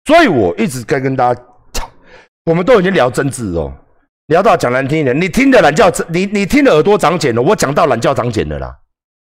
所以我一直该跟大家讲，我们都已经聊政治哦，聊到讲难听一点，你听的懒觉，你听的耳朵长茧了，我讲到懒觉长茧了啦。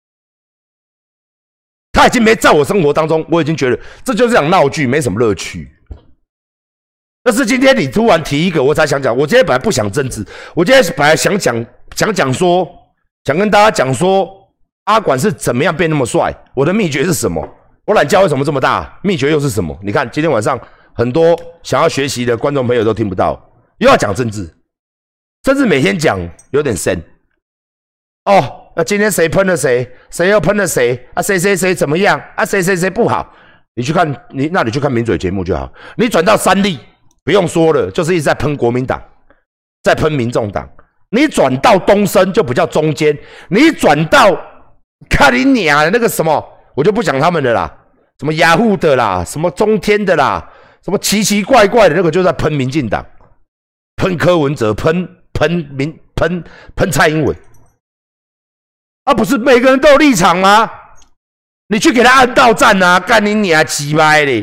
他已经没在我生活当中，我已经觉得这就是场闹剧，没什么乐趣。但是今天你突然提一个，我才想讲。我今天本来不想政治，我今天本来想讲说，想跟大家讲说，阿管是怎么样变那么帅，我的秘诀是什么？我懒觉为什么这么大？秘诀又是什么？你看今天晚上很多想要学习的观众朋友都听不到，又要讲政治，甚至每天讲有点深哦。那今天谁喷了谁，谁又喷了谁啊？谁怎么样啊？谁不好？你去看那你去看名嘴节目就好。你转到三立，不用说了，就是一直在喷国民党，在喷民众党。你转到东升就比较中间，你转到看你娘的那个什么，我就不讲他们的啦，什么雅虎的啦，什么中天的啦，什么奇奇怪怪的那个就在喷民进党，喷柯文哲，喷蔡英文。啊，不是每个人都有立场吗？你去给他按到站啊，干你娘鸡掰嘞！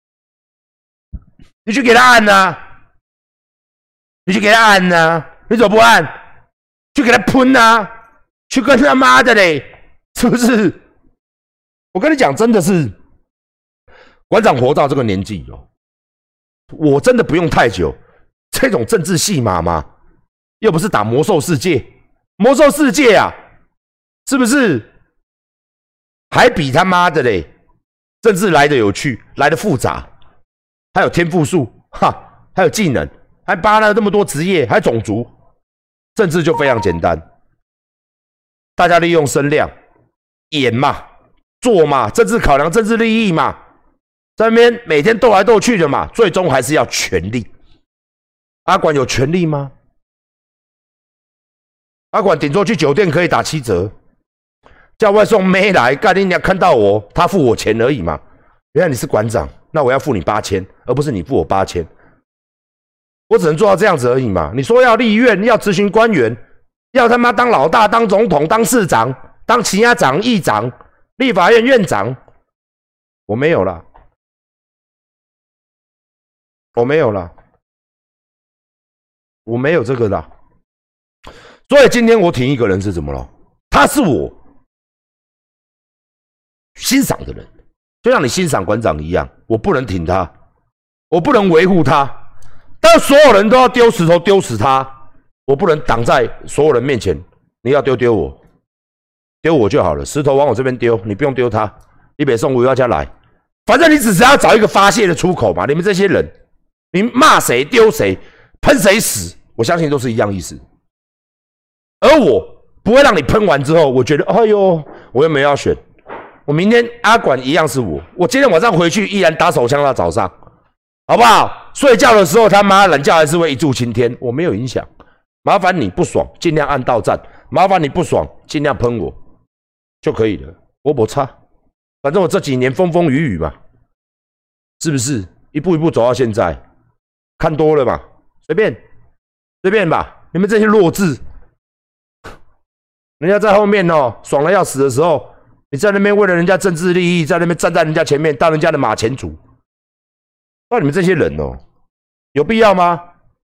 你去给他按啊，你去给他按啊，你怎么不按？去给他喷啊，去跟他妈的嘞，是不是？我跟你讲，真的是馆长活到这个年纪哦，我真的不用太久，这种政治戏码吗？又不是打魔兽世界，魔兽世界啊！是不是还比他妈的嘞？政治来的有趣，来的复杂，还有天赋树，哈，还有技能，还扒了那么多职业，还种族，政治就非常简单，大家利用声量，演嘛，做嘛，政治考量政治利益嘛，在那边每天斗来斗去的嘛，最终还是要权力。阿管有权力吗？阿管顶多去酒店可以打7折。叫外送妹来，干你娘看到我，他付我钱而已嘛。原来你是馆长，那我要付你8000，而不是你付我8000。我只能做到这样子而已嘛。你说要立院，要咨询官员，要他妈当老大、当总统、当市长、当其他长、议长、立法院院长，我没有啦，我没有啦，我没有这个啦。所以今天我挺一个人是怎么了？他是我欣赏的人，就像你欣赏馆长一样，我不能挺他，我不能维护他，但所有人都要丢石头丢死他，我不能挡在所有人面前。你要丢我，丢我就好了，石头往我这边丢，你不用丢他，你别送吴耀家来，反正你只是要找一个发泄的出口嘛。你们这些人，你骂谁丢谁，喷谁死，我相信都是一样意思。而我不会让你喷完之后，我觉得哎呦，我又没有要选。我明天阿管一样是我今天晚上回去依然打手枪到早上，好不好？睡觉的时候他妈懒觉还是会一柱擎天，我没有影响。麻烦你不爽尽量按到站，麻烦你不爽尽量喷我就可以了，我不差。反正我这几年风风雨雨嘛，是不是一步一步走到现在？看多了嘛，随便吧。你们这些弱智，人家在后面哦，爽了要死的时候。你在那边为了人家政治利益，在那边站在人家前面当人家的马前卒，那你们这些人哦，有必要吗？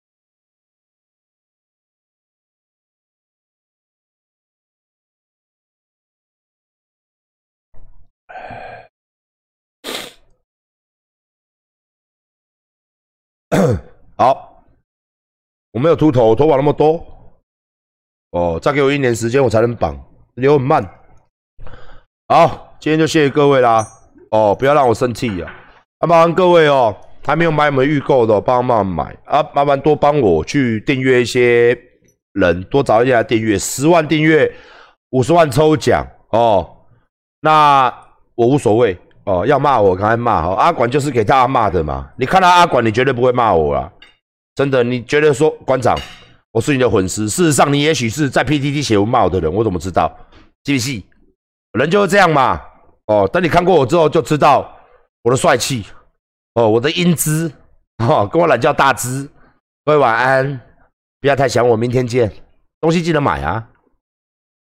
好，我没有秃头，头发那么多，哦，再给我1年时间我才能绑，留很慢。好，今天就谢谢各位啦！哦，不要让我生气啊！麻烦各位哦，还没有买我们预购的，帮忙买啊！麻烦多帮我去订阅一些人，多找一些来订阅，10万订阅，50万抽奖哦。那我无所谓哦，要骂我赶快骂哦。阿管就是给大家骂的嘛，你看到阿管，你绝对不会骂我啦，真的，你觉得说馆长我是你的粉丝，事实上你也许是在 PTT 写文骂我的人，我怎么知道？是不是？人就是这样嘛，哦，等你看过我之后就知道我的帅气，哦，我的英姿，哦，跟我懒觉大姿。各位晚安，不要太想我，明天见，东西记得买啊。